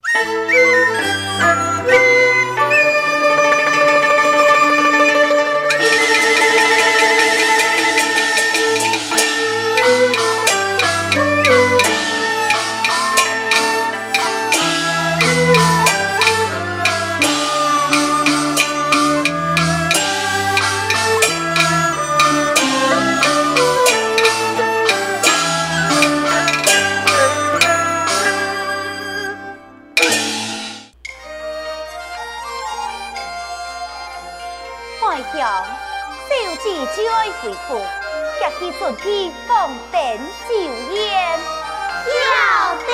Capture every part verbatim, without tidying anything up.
回复，夹起准备放灯照烟。 晓得。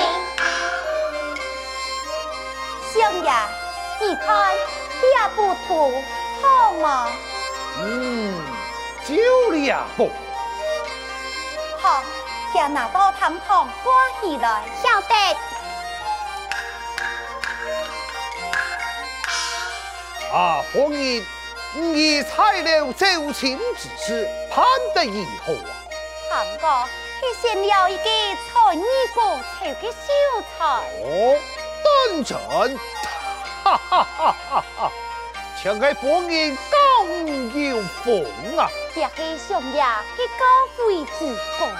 相爷，你看这不图好吗？ 嗯，就了不。 好，给拿到堂堂挂起来。 晓得。 啊，红衣。你采了周秦之事，判得以后啊？ 韩哥，你先了一个才艺过才个秀才。 哦，等阵，哈哈哈哈哈！请给夫人高有风啊！ 这个上爷给高贵之功。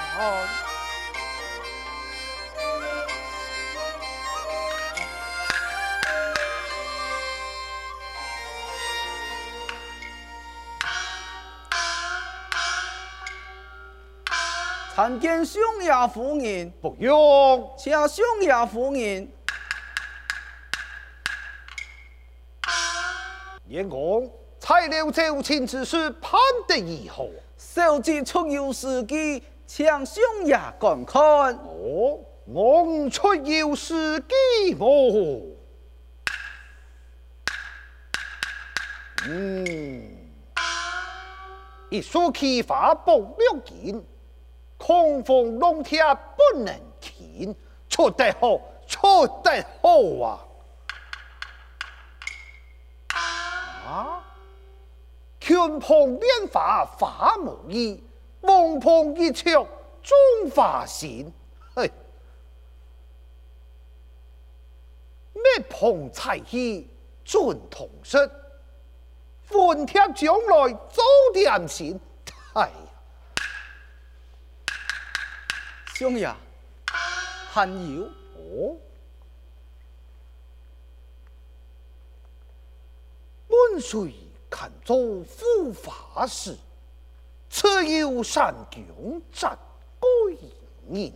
参见相爷夫人。 不用， 请相爷夫人。 燕公，采了周秦之事，判得以后， 手机出游时机，请相爷观看。 哦，我出游时机么？嗯，一说起法不了劲。空风龙天不能停，出得好，出得好啊！啊！拳碰变法法无异，梦碰一枪中法行。嘿，灭碰才艺准同室，混贴将来早点行。哎。 相爷，还有哦，温水看作护法时，此有山穷战归人。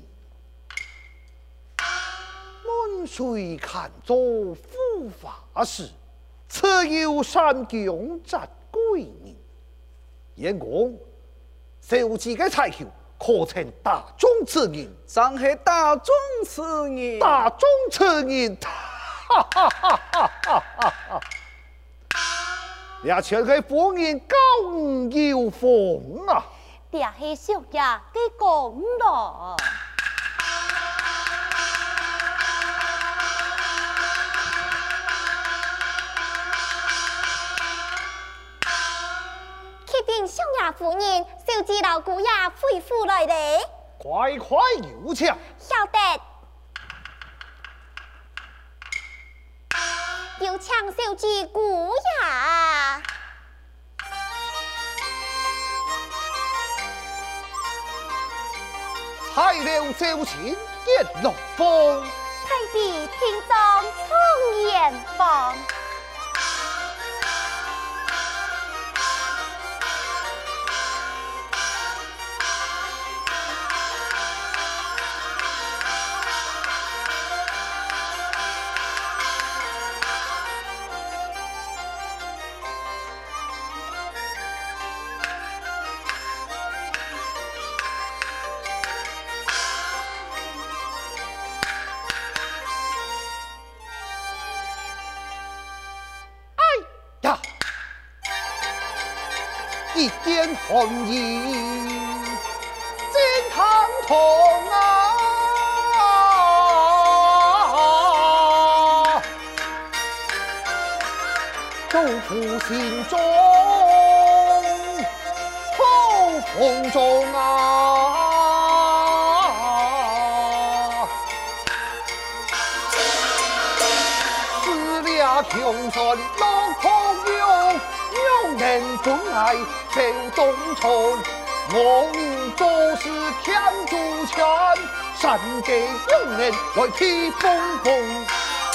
温水看作护法时，此有山穷战归人。燕公，手机嘅彩球。可称大众之人， 尚系大众之人， 大众之人，哈哈哈哈哈哈！也全系夫人高有风啊！ 这是少爷嘅功劳。 确定少爷夫人，小姐老姑爷恢复来嘞。 快快有请。 晓得。有请小姐姑爷。 采了周秦燕落风， 太比听众冲艳风。 一点红衣见堂痛啊，祝福心中好风中啊， 穷山落空用，用人本爱走东村。我与做事看主权，山给用人来披风风。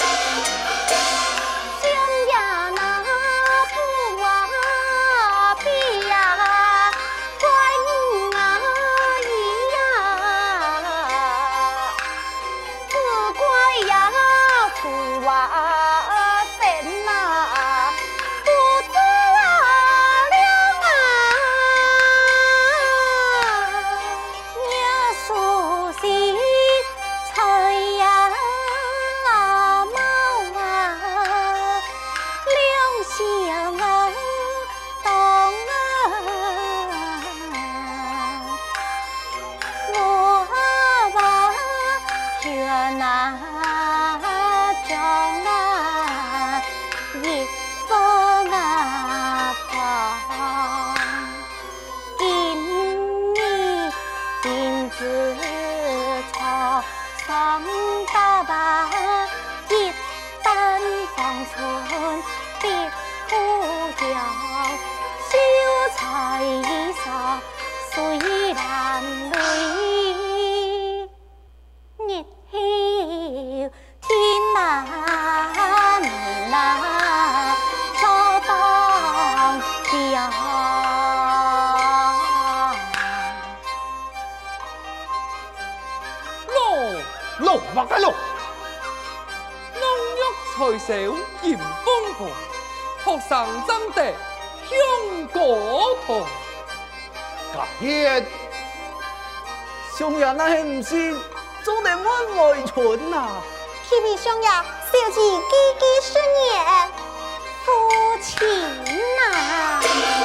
路或该路， 农药财少严风狂，学生争得香果糖。 假言， 上爷那是唔是做得满外村呐？ 启禀上爷，小姐几几十年夫妻呐，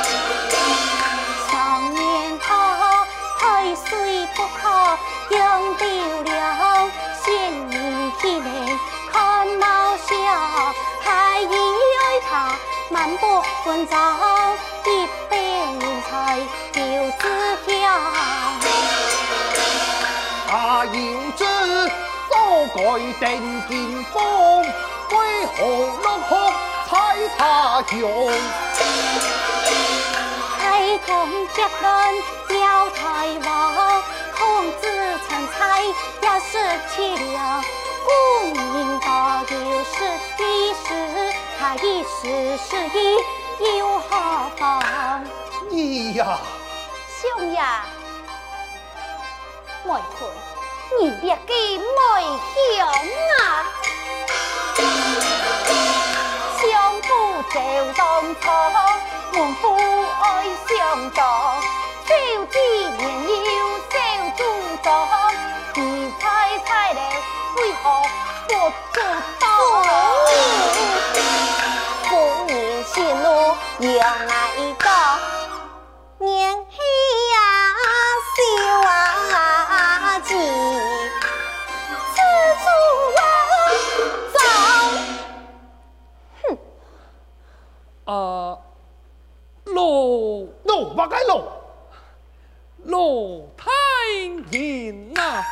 上年头海水不可用丢了，先年起来看猫笑，还以为他满不分走，一百年才有知晓。 他有知所改定见风，为何落空猜他用？ 太公结论要太王，孔子成才要失去了。古人道有是一时，他一时失意又何妨？ 你呀， 兄爷，妹困，你别给妹兄啊！相夫走当床，门夫爱相撞，手指年幼手主张，你猜猜嘞，为何不知道？ 妇人心路有爱个，年纪呀小啊子，知足啊走。 哼！ 啊，路路或该路， 路太严呐！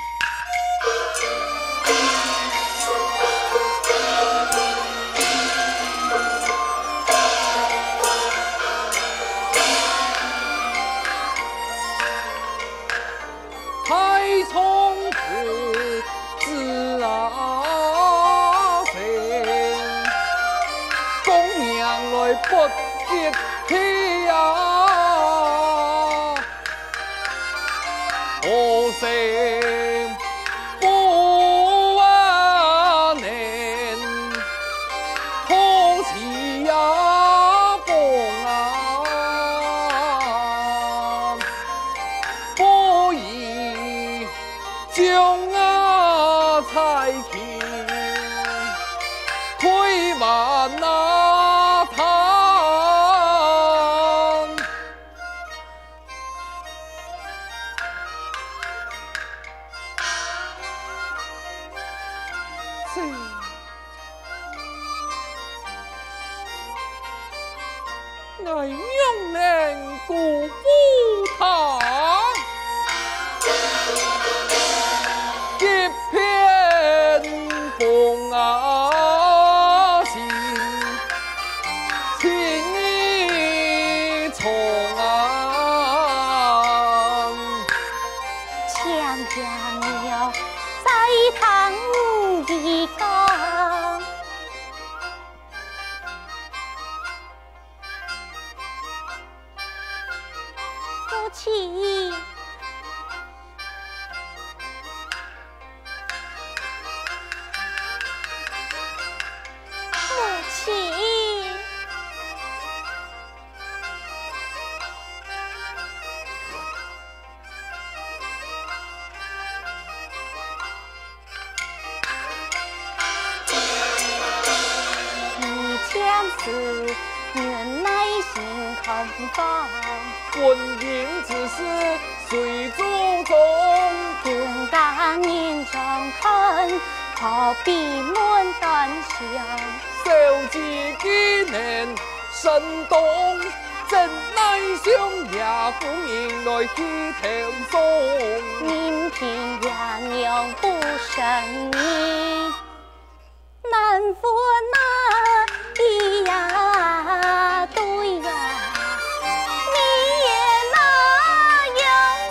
太冲突自啊成，公娘来不结气啊，何成不啊能，可耻呀风啊！不宜将啊彩旗推万那滩，这爱用人辜负他。一片风啊，是事，原乃心看法。 婚姻之事谁注重？ 更大年长看，何必满单想？ 受之纪念生动，真乃兄爷夫人来去投送。 宁平牙娘不生你，难分哪咿呀对呀，你也那样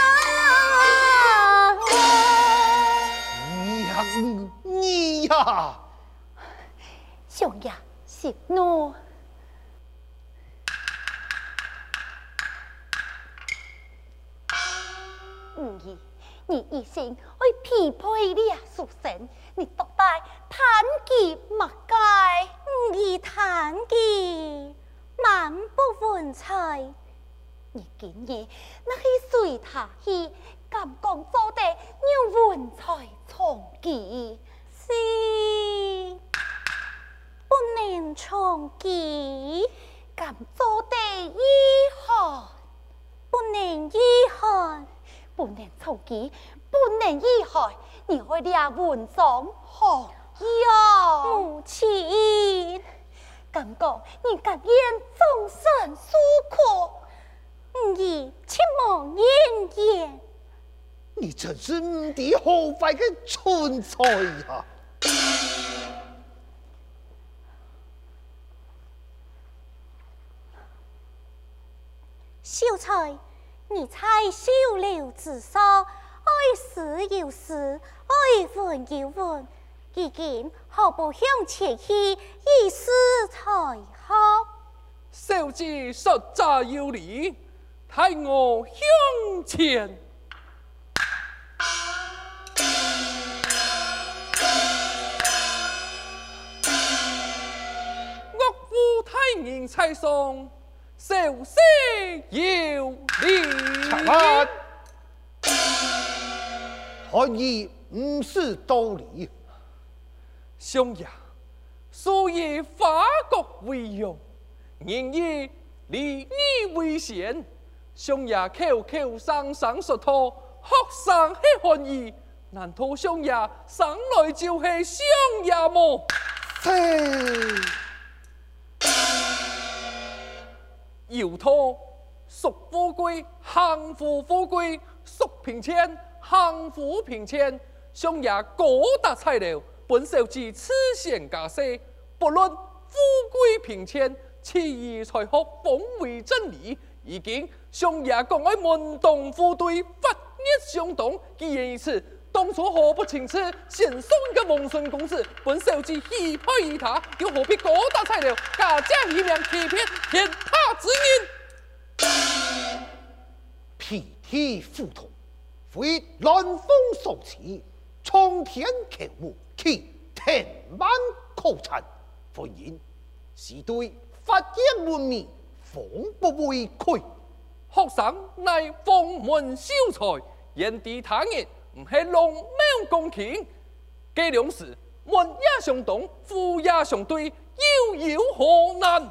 啊！ 你呀，你呀， 兄爷息怒。五姨，你一心为匹配俩书生，你独带贪忌莫该。 五姨谈技满不文采， 你今日那是随他去，敢讲做得要文采从技， 是不能从技， 敢做得遗憾， 不能遗憾。 不能从技，不能遗害，你会俩文章何用？ 母亲， 敢讲你甘愿终身诉苦？ 五姨切莫言言。 你真是唔敌后辈嘅蠢材呀！ 秀才，你猜秀柳之说，爱诗有诗，爱文有文，如今何不向前去，以诗才好？ 小子实在有理，待我向前。岳父太人猜送，小生有理。 长安，汉义唔是道理。 兄爷，素以法国为荣，然以礼义为先。兄爷口口声声说托学生是汉义，难道兄爷生来就是兄爷么？ 切！ 摇头属富贵，幸福富贵；属贫贱，幸福贫贱。兄爷高达材料，本小子此贤家世，不论富贵贫贱，其义才学奉为真理。已经兄爷讲爱门当户对，法业相同。既然如此，当初何不请辞，先送个蒙顺公子？本小子喜配于他，又何必高达材料，假假以名欺骗天下之人？ 披体覆痛，非乱风所起，冲天口目，其天满口产，婚姻是对法业文明，奉不为愧。 学生乃封门秀才，言地他人，唔系龙庙公卿。计量时，门也相同，户也相对，又有何难？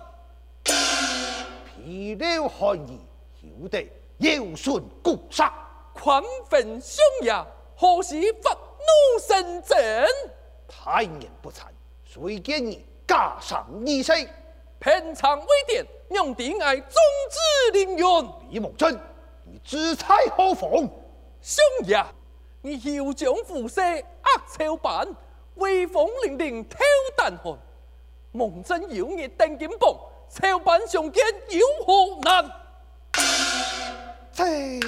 披了汉衣，晓得尧舜固杀， 宽分兄爷，何时发怒神阵？ 太言不惭，谁见你加上一世？ 平常微典，用定爱宗旨凌云。 李梦真，你知采何逢？ 兄爷，你嚣张附势，恶操办，威风凛凛，挑胆寒。梦真妖孽定金榜，操办相见有何难？ 这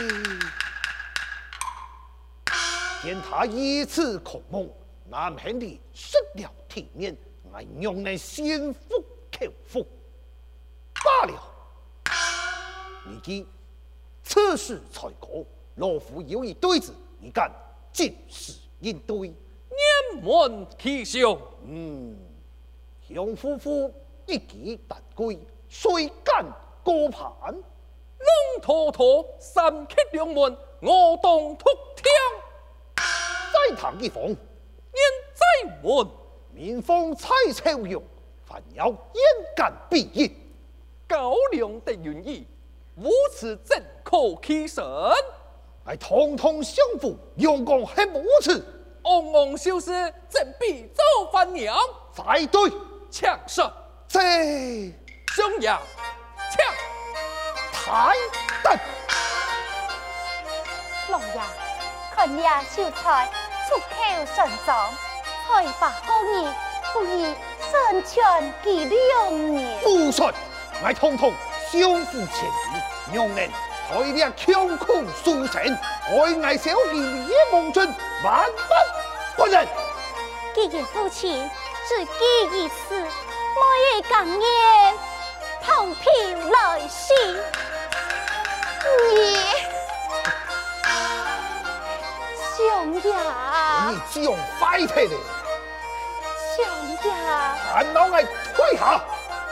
见他以此孔孟，难免地失了体面，俺用来心服口服。罢了，你今此事才过，老夫有一对子，你敢尽是应对？ 念门其上， 嗯，杨夫妇一举但归，谁敢过盘？ 龙头头三克两门，我当突挑。 再谈一房， 念在门， 民风蔡秋勇， 还要严干必应。 高粱的原意，如此正可其神。 来，统统相负，用功还无耻， 昂昂修士正必造反娘， 才对。 强上这匈牙强太等。 龙爷，看你秀才出口成章，才华高义，不以身权其两年。 不顺，来统统相负前敌，用人才力强控书城，爱爱小弟李梦君，万万不能。 既然父亲只记一次，我也感言旁飘来兮。 你兄爷， 你只用快铁的， 兄爷， 俺老爱退下。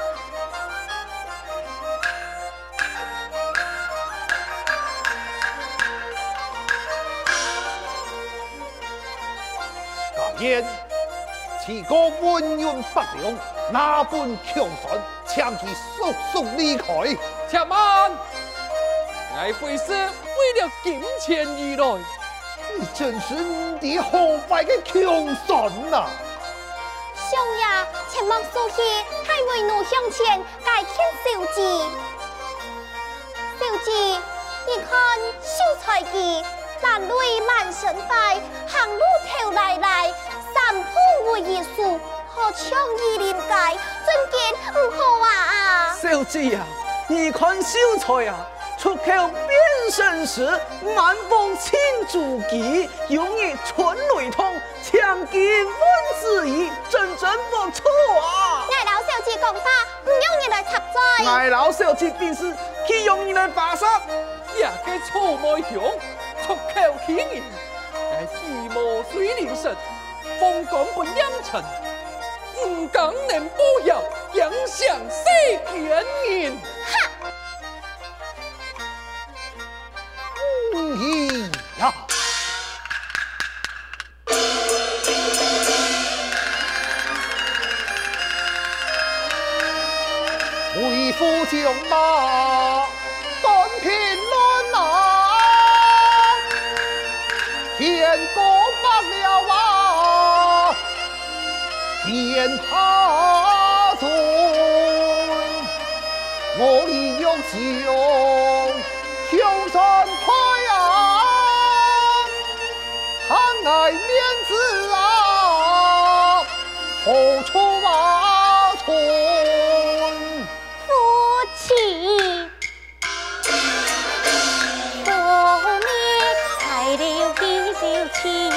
敢言此个温润不良，哪般强悍，将其速速离开。 且慢，爱非是为了金钱而来。 你真是你何败的强神呐！ 兄爷，前莫苏气，太为奴向前，改天小姐。小姐，你看秀才记，男女满身快，行路头来来，三铺为一数，何强一连改，真见唔好啊！ 小姐啊，你看秀才啊，出口变身时，满风青竹旗，有你春雷通，强劲万字仪，真真不错啊！ 爱老小姐讲话，唔用你来插嘴。 爱老小姐便是去用你来把杀。 也个臭毛熊，出口起言，爱鸡毛水灵神，风干不良辰，唔讲能保佑，影响世间人。 咦呀！为父将马单片乱拿，天公放了啊，天下尊，我理有酒。求神快啊，看爱面子啊，何处瓦村？ 夫妻，父命才留一九七，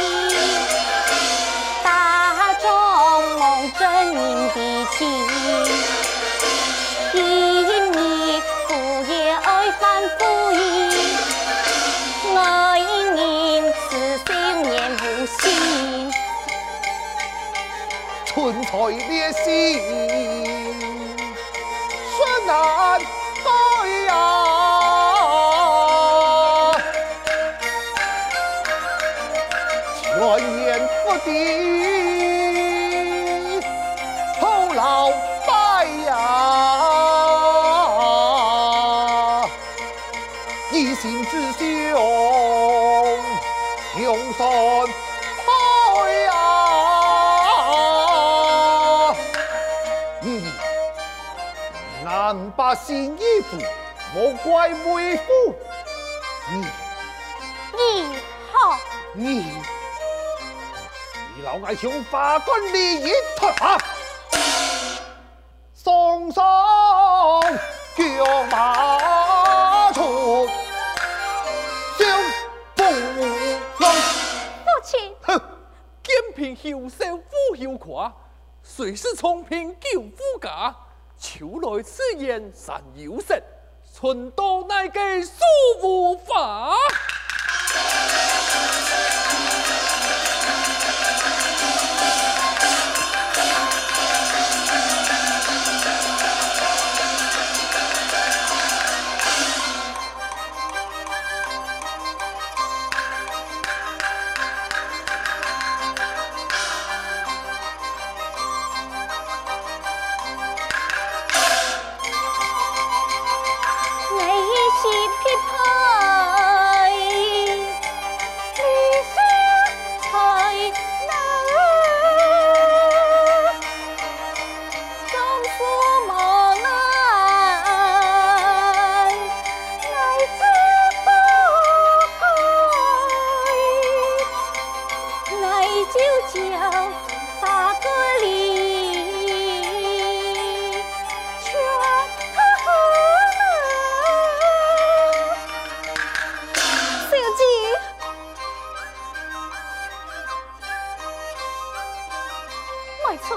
大众望真人的情，因你父也爱反复意，我因你此心念无心。 春才烈性，说难改呀。全言不敌，后老败呀。一心之雄，雄山开呀！你难把心依附，莫怪为父。你你好， 你你老爱兄法官利益脱下，送上叫马出。 父亲， 哼！ 兼凭后生富有夸，虽是聪明救夫家，求来此言善有神，寸刀乃给苏无法。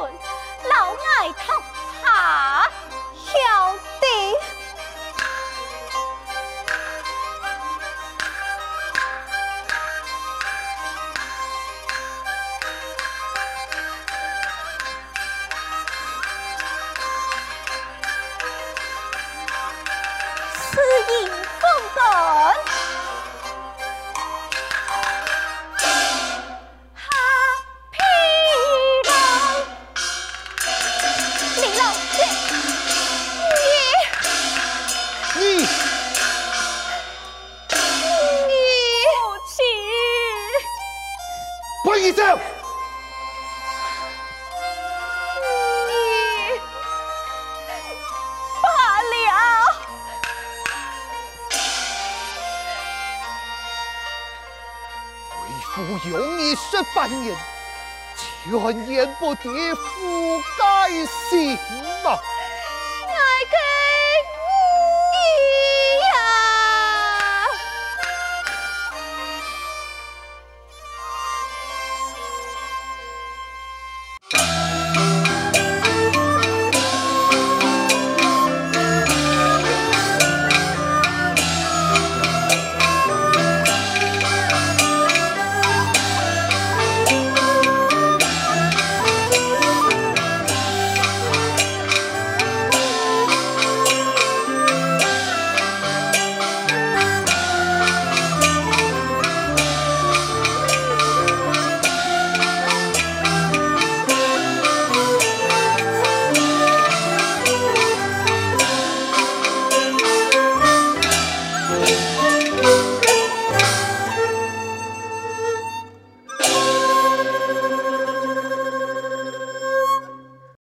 老爱头怕晓得。此应风本。 你走！ 你罢了。 为父用你十八年，全言不敌，父该心嘛。 爱给。